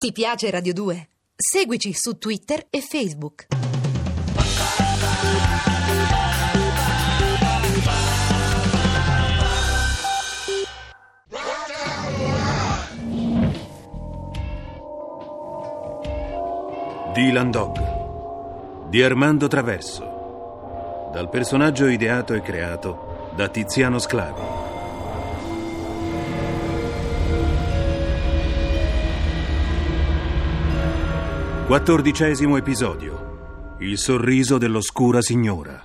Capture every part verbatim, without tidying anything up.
Ti piace Radio due? Seguici su Twitter e Facebook. Dylan Dog di Armando Traverso, dal personaggio ideato e creato da Tiziano Sclavi. Quattordicesimo episodio. Il sorriso dell'oscura signora.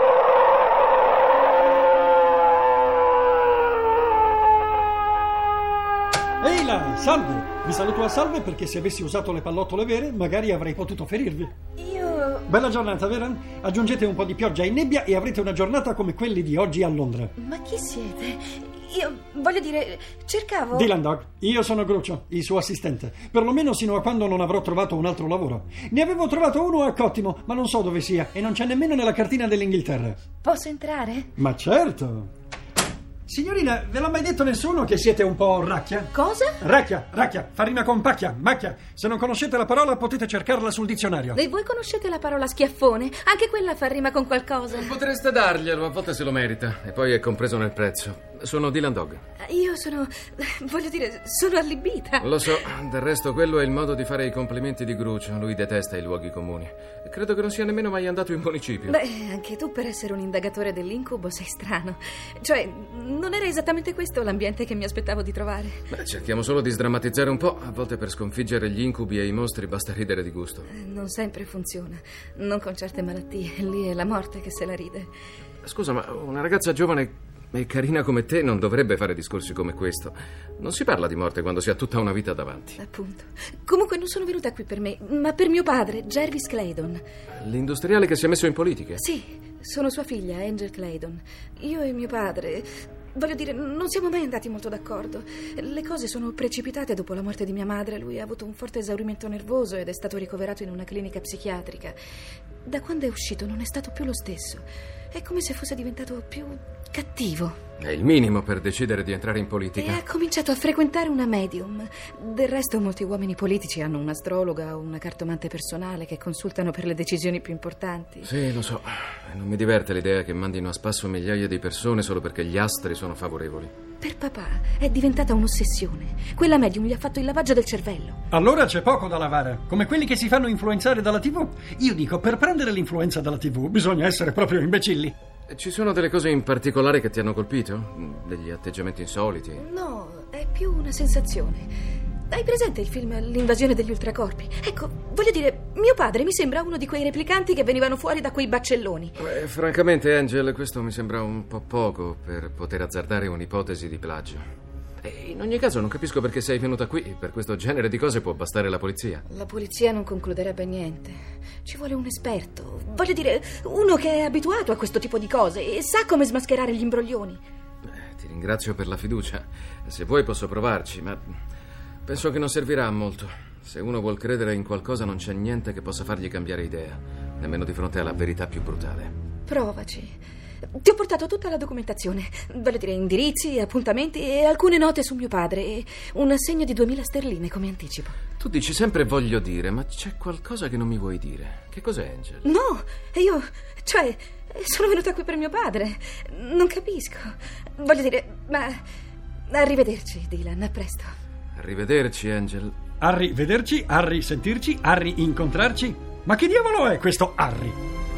Ehi là, salve! Vi saluto a salve perché se avessi usato le pallottole vere magari avrei potuto ferirvi. Io... Bella giornata, vero? Aggiungete un po' di pioggia e nebbia e avrete una giornata come quelli di oggi a Londra. Ma chi siete? Io voglio dire, cercavo... Dylan Dog, io sono Grucio, il suo assistente. Perlomeno sino a quando non avrò trovato un altro lavoro. Ne avevo trovato uno a Cottimo, ma non so dove sia e non c'è nemmeno nella cartina dell'Inghilterra. Posso entrare? Ma certo! Signorina, ve l'ha mai detto nessuno che siete un po' racchia? Cosa? Racchia, racchia, fa rima con pacchia, macchia. Se non conoscete la parola potete cercarla sul dizionario. E voi conoscete la parola schiaffone? Anche quella fa rima con qualcosa. Potreste darglielo, a volte se lo merita. E poi è compreso nel prezzo. Sono Dylan Dog. Io sono... voglio dire, sono allibita. Lo so, del resto quello è il modo di fare i complimenti di Grucio. Lui detesta i luoghi comuni. Credo che non sia nemmeno mai andato in municipio. Beh, anche tu per essere un indagatore dell'incubo sei strano. Cioè, non era esattamente questo l'ambiente che mi aspettavo di trovare. Beh, cerchiamo solo di sdrammatizzare un po'. A volte per sconfiggere gli incubi e i mostri basta ridere di gusto. Non sempre funziona. Non con certe malattie. Lì è la morte che se la ride. Scusa, ma una ragazza giovane e carina come te non dovrebbe fare discorsi come questo. Non si parla di morte quando si ha tutta una vita davanti. Appunto. Comunque non sono venuta qui per me, ma per mio padre, Jervis Claydon. L'industriale che si è messo in politica? Sì, sono sua figlia, Angel Claydon. Io e mio padre... voglio dire, non siamo mai andati molto d'accordo. Le cose sono precipitate dopo la morte di mia madre. Lui ha avuto un forte esaurimento nervoso ed è stato ricoverato in una clinica psichiatrica. Da quando è uscito non è stato più lo stesso. È come se fosse diventato più cattivo. È il minimo per decidere di entrare in politica. E ha cominciato a frequentare una medium. Del resto molti uomini politici hanno un'astrologa o una cartomante personale che consultano per le decisioni più importanti. Sì, lo so. Non mi diverte l'idea che mandino a spasso migliaia di persone solo perché gli astri sono favorevoli. Per papà è diventata un'ossessione. Quella medium gli ha fatto il lavaggio del cervello. Allora c'è poco da lavare. Come quelli che si fanno influenzare dalla tivù. Io dico, per prendere l'influenza dalla tivù bisogna essere proprio imbecilli. Ci sono delle cose in particolare che ti hanno colpito? Degli atteggiamenti insoliti? No, è più una sensazione. Hai presente il film L'invasione degli ultracorpi? Ecco, voglio dire, mio padre mi sembra uno di quei replicanti che venivano fuori da quei baccelloni. Eh, francamente, Angel, questo mi sembra un po' poco per poter azzardare un'ipotesi di plagio. E in ogni caso non capisco perché sei venuta qui. Per questo genere di cose può bastare la polizia. La polizia non concluderebbe niente. Ci vuole un esperto. Voglio dire, uno che è abituato a questo tipo di cose e sa come smascherare gli imbroglioni. Eh, ti ringrazio per la fiducia. Se vuoi posso provarci, ma penso che non servirà a molto. Se uno vuol credere in qualcosa non c'è niente che possa fargli cambiare idea, nemmeno di fronte alla verità più brutale. Provaci. Ti ho portato tutta la documentazione, voglio dire indirizzi, appuntamenti e alcune note su mio padre e un assegno di duemila sterline come anticipo. Tu dici sempre voglio dire, ma c'è qualcosa che non mi vuoi dire. Che cos'è, Angel? No, io, cioè, sono venuta qui per mio padre. Non capisco. Voglio dire, ma arrivederci, Dylan, a presto. Arrivederci, Angel. Arrivederci, arri sentirci, arri incontrarci. Ma che diavolo è questo arri?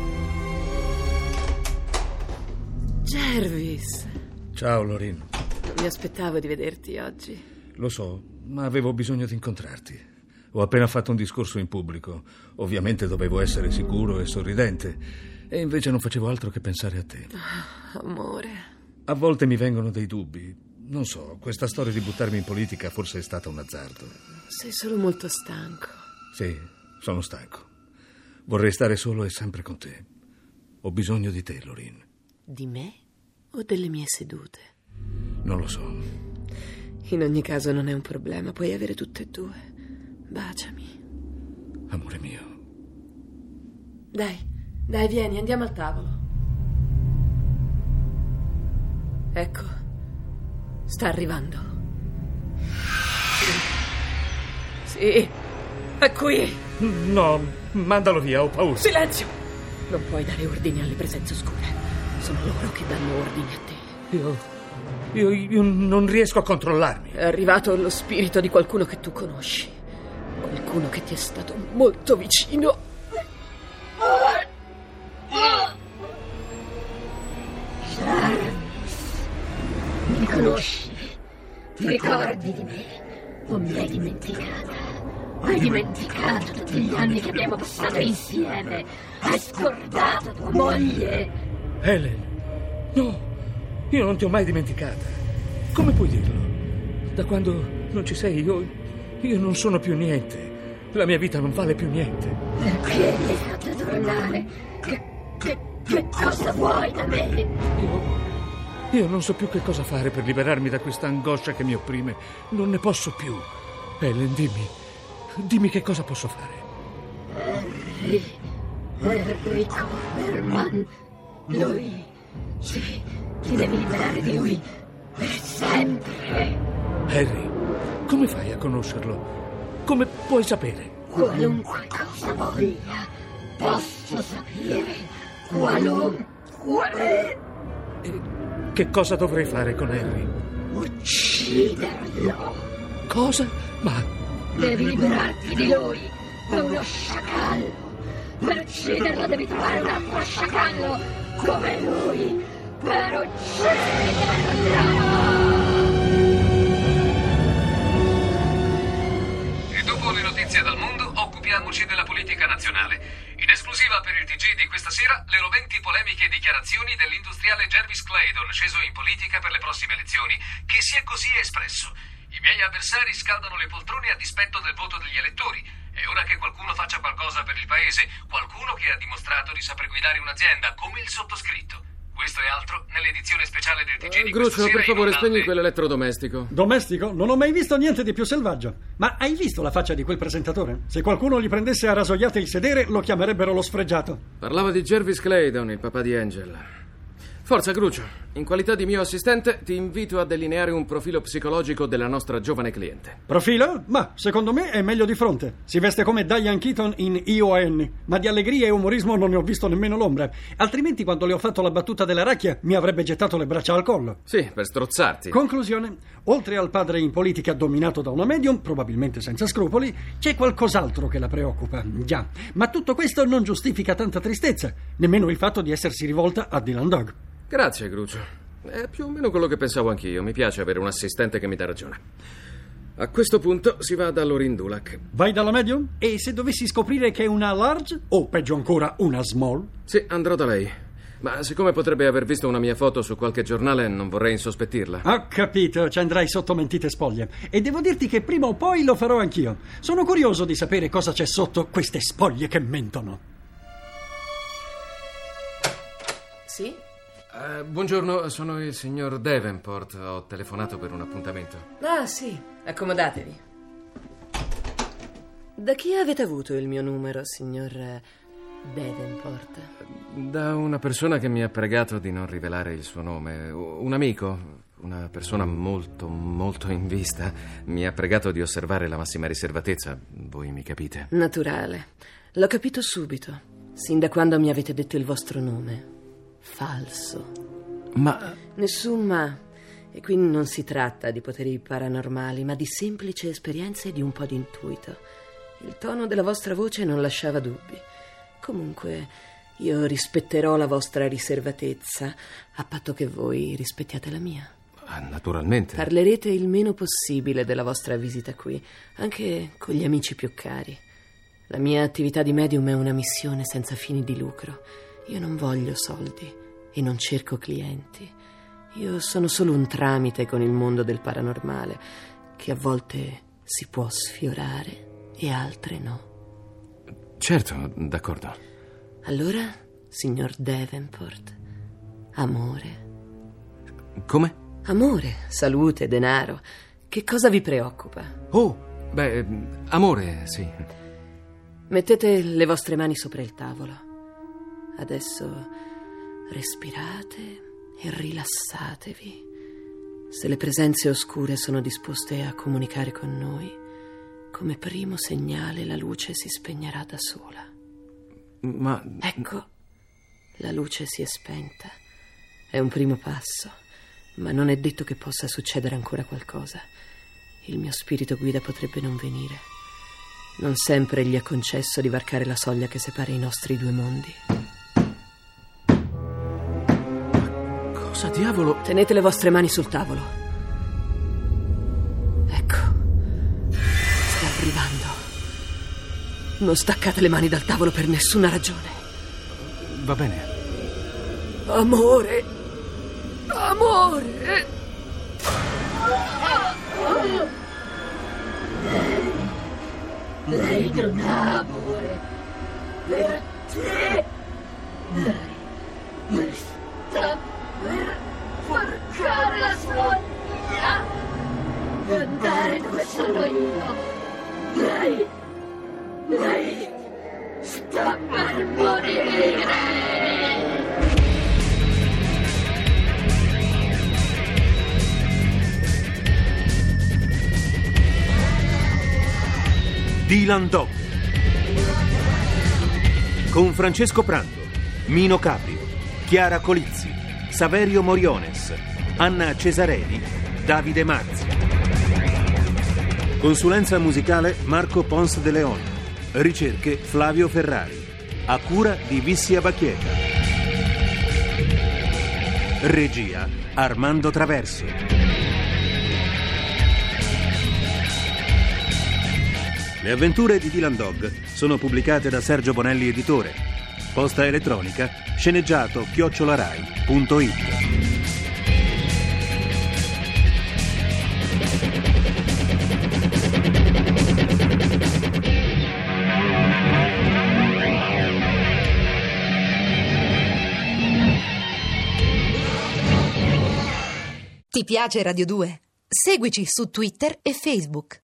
Jervis. Ciao, Lorin. Non mi aspettavo di vederti oggi. Lo so, ma avevo bisogno di incontrarti. Ho appena fatto un discorso in pubblico. Ovviamente dovevo essere sicuro e sorridente. E invece non facevo altro che pensare a te. Oh, amore. A volte mi vengono dei dubbi. Non so, questa storia di buttarmi in politica forse è stata un azzardo. Sei solo molto stanco. Sì, sono stanco. Vorrei stare solo e sempre con te. Ho bisogno di te, Lorin. Di me o delle mie sedute? Non lo so. In ogni caso non è un problema, puoi avere tutte e due. Baciami. Amore mio. Dai, dai, vieni, andiamo al tavolo. Ecco, sta arrivando. Sì, È qui! No, mandalo via, ho paura. Silenzio! Non puoi dare ordini alle presenze oscure. Sono loro che danno ordini a te. Io, io, io non riesco a controllarmi. È arrivato lo spirito di qualcuno che tu conosci. Qualcuno che ti è stato molto vicino. Mi conosci? Ti ricordi di me? O mi hai dimenticata? Hai dimenticato tutti gli anni che abbiamo passato insieme? Hai scordato tua moglie? Helen, no, io non ti ho mai dimenticata. Come puoi dirlo? Da quando non ci sei io, io non sono più niente. La mia vita non vale più niente. Perché mi hai fatto tornare? Che, che, che cosa vuoi da me? Io... Io non so più che cosa fare per liberarmi da questa angoscia che mi opprime. Non ne posso più. Helen, dimmi. Dimmi che cosa posso fare. Harry. Enrico Herman. Lui. Sì, ti devi liberare di lui. Per sempre. Harry, come fai a conoscerlo? Come puoi sapere? Qualunque cosa voglia. Posso sapere. Qualunque. E che cosa dovrei fare con Harry? Ucciderlo. Cosa? Ma... Devi liberarti di lui. È uno sciacallo. Per ucciderlo devi trovare un altro sciacallo come lui. Per ucciderlo. E dopo le notizie dal mondo, occupiamoci della politica nazionale. In esclusiva per il T G di questa sera, le roventi polemiche e dichiarazioni dell'industriale Jervis Claydon, sceso in politica per le prossime elezioni, che si è così espresso. I miei avversari scaldano le poltrone a dispetto del voto degli elettori. È ora che qualcuno faccia qualcosa per il paese, qualcuno che ha dimostrato di saper guidare un'azienda, come il sottoscritto. Questo e altro nell'edizione speciale del T G di questa Gruccio, sera. per favore, onda... spegni quell'elettrodomestico. Domestico? Non ho mai visto niente di più selvaggio. Ma hai visto la faccia di quel presentatore? Se qualcuno gli prendesse a rasoiate il sedere, lo chiamerebbero lo sfregiato. Parlava di Jervis Claydon, il papà di Angel. Forza, Gruccio. In qualità di mio assistente, ti invito a delineare un profilo psicologico della nostra giovane cliente. Profilo? Ma, secondo me, è meglio di fronte. Si veste come Diane Keaton in I O N, ma di allegria e umorismo non ne ho visto nemmeno l'ombra. Altrimenti, quando le ho fatto la battuta della racchia, mi avrebbe gettato le braccia al collo. Sì, per strozzarti. Conclusione. Oltre al padre in politica dominato da una medium, probabilmente senza scrupoli, c'è qualcos'altro che la preoccupa. Già. Ma tutto questo non giustifica tanta tristezza, nemmeno il fatto di essersi rivolta a Dylan Dog. Grazie, Gruccio. È più o meno quello che pensavo anch'io. Mi piace avere un assistente che mi dà ragione. A questo punto si va da Lorin Dulac. Vai dalla medium? E se dovessi scoprire che è una large, o peggio ancora una small? Sì, andrò da lei. Ma siccome potrebbe aver visto una mia foto su qualche giornale, non vorrei insospettirla. Ho capito, ci andrai sotto mentite spoglie. E devo dirti che prima o poi lo farò anch'io. Sono curioso di sapere cosa c'è sotto queste spoglie che mentono. Sì? Uh, buongiorno, sono il signor Davenport. Ho telefonato per un appuntamento. Ah, sì. Accomodatevi. Da chi avete avuto il mio numero, signor Davenport? Da una persona che mi ha pregato di non rivelare il suo nome. Un amico, una persona molto, molto in vista, mi ha pregato di osservare la massima riservatezza. Voi mi capite? Naturale. L'ho capito subito, sin da quando mi avete detto il vostro nome. Falso. Ma... Nessun ma. E qui non si tratta di poteri paranormali, ma di semplice esperienza e di un po' di intuito. Il tono della vostra voce non lasciava dubbi. Comunque, io rispetterò la vostra riservatezza, a patto che voi rispettiate la mia. Ah, naturalmente. Parlerete il meno possibile della vostra visita qui, anche con gli amici più cari. La mia attività di medium è una missione senza fini di lucro. Io non voglio soldi e non cerco clienti. Io sono solo un tramite con il mondo del paranormale, che a volte si può sfiorare e altre no. Certo, d'accordo. Allora, signor Davenport, amore. Come? Amore, salute, denaro. Che cosa vi preoccupa? Oh, beh, amore, sì. Mettete le vostre mani sopra il tavolo. Adesso respirate e rilassatevi. Se le presenze oscure sono disposte a comunicare con noi, come primo segnale la luce si spegnerà da sola. Ma... Ecco, la luce si è spenta. È un primo passo, ma non è detto che possa succedere ancora qualcosa. Il mio spirito guida potrebbe non venire. Non sempre gli è concesso di varcare la soglia che separa i nostri due mondi. Cosa diavolo? Tenete le vostre mani sul tavolo. Ecco, sta arrivando. Non staccate le mani dal tavolo per nessuna ragione. Va bene. Amore, amore. Lei non ha amore per te. Lei sta per varcare la soglia e andare dove sono io. Lei, lei sta per morire. Dylan Dog con Francesco Prando, Mino Caprio, Chiara Colizzi, Saverio Moriones, Anna Cesarelli, Davide Marzi. Consulenza musicale Marco Pons de Leon. Ricerche Flavio Ferrari. A cura di Vissia Bacchieta. Regia Armando Traverso. Le avventure di Dylan Dog sono pubblicate da Sergio Bonelli Editore. Posta elettronica sceneggiato chiocciolarai punto it. Ti piace Radio due? Seguici su Twitter e Facebook.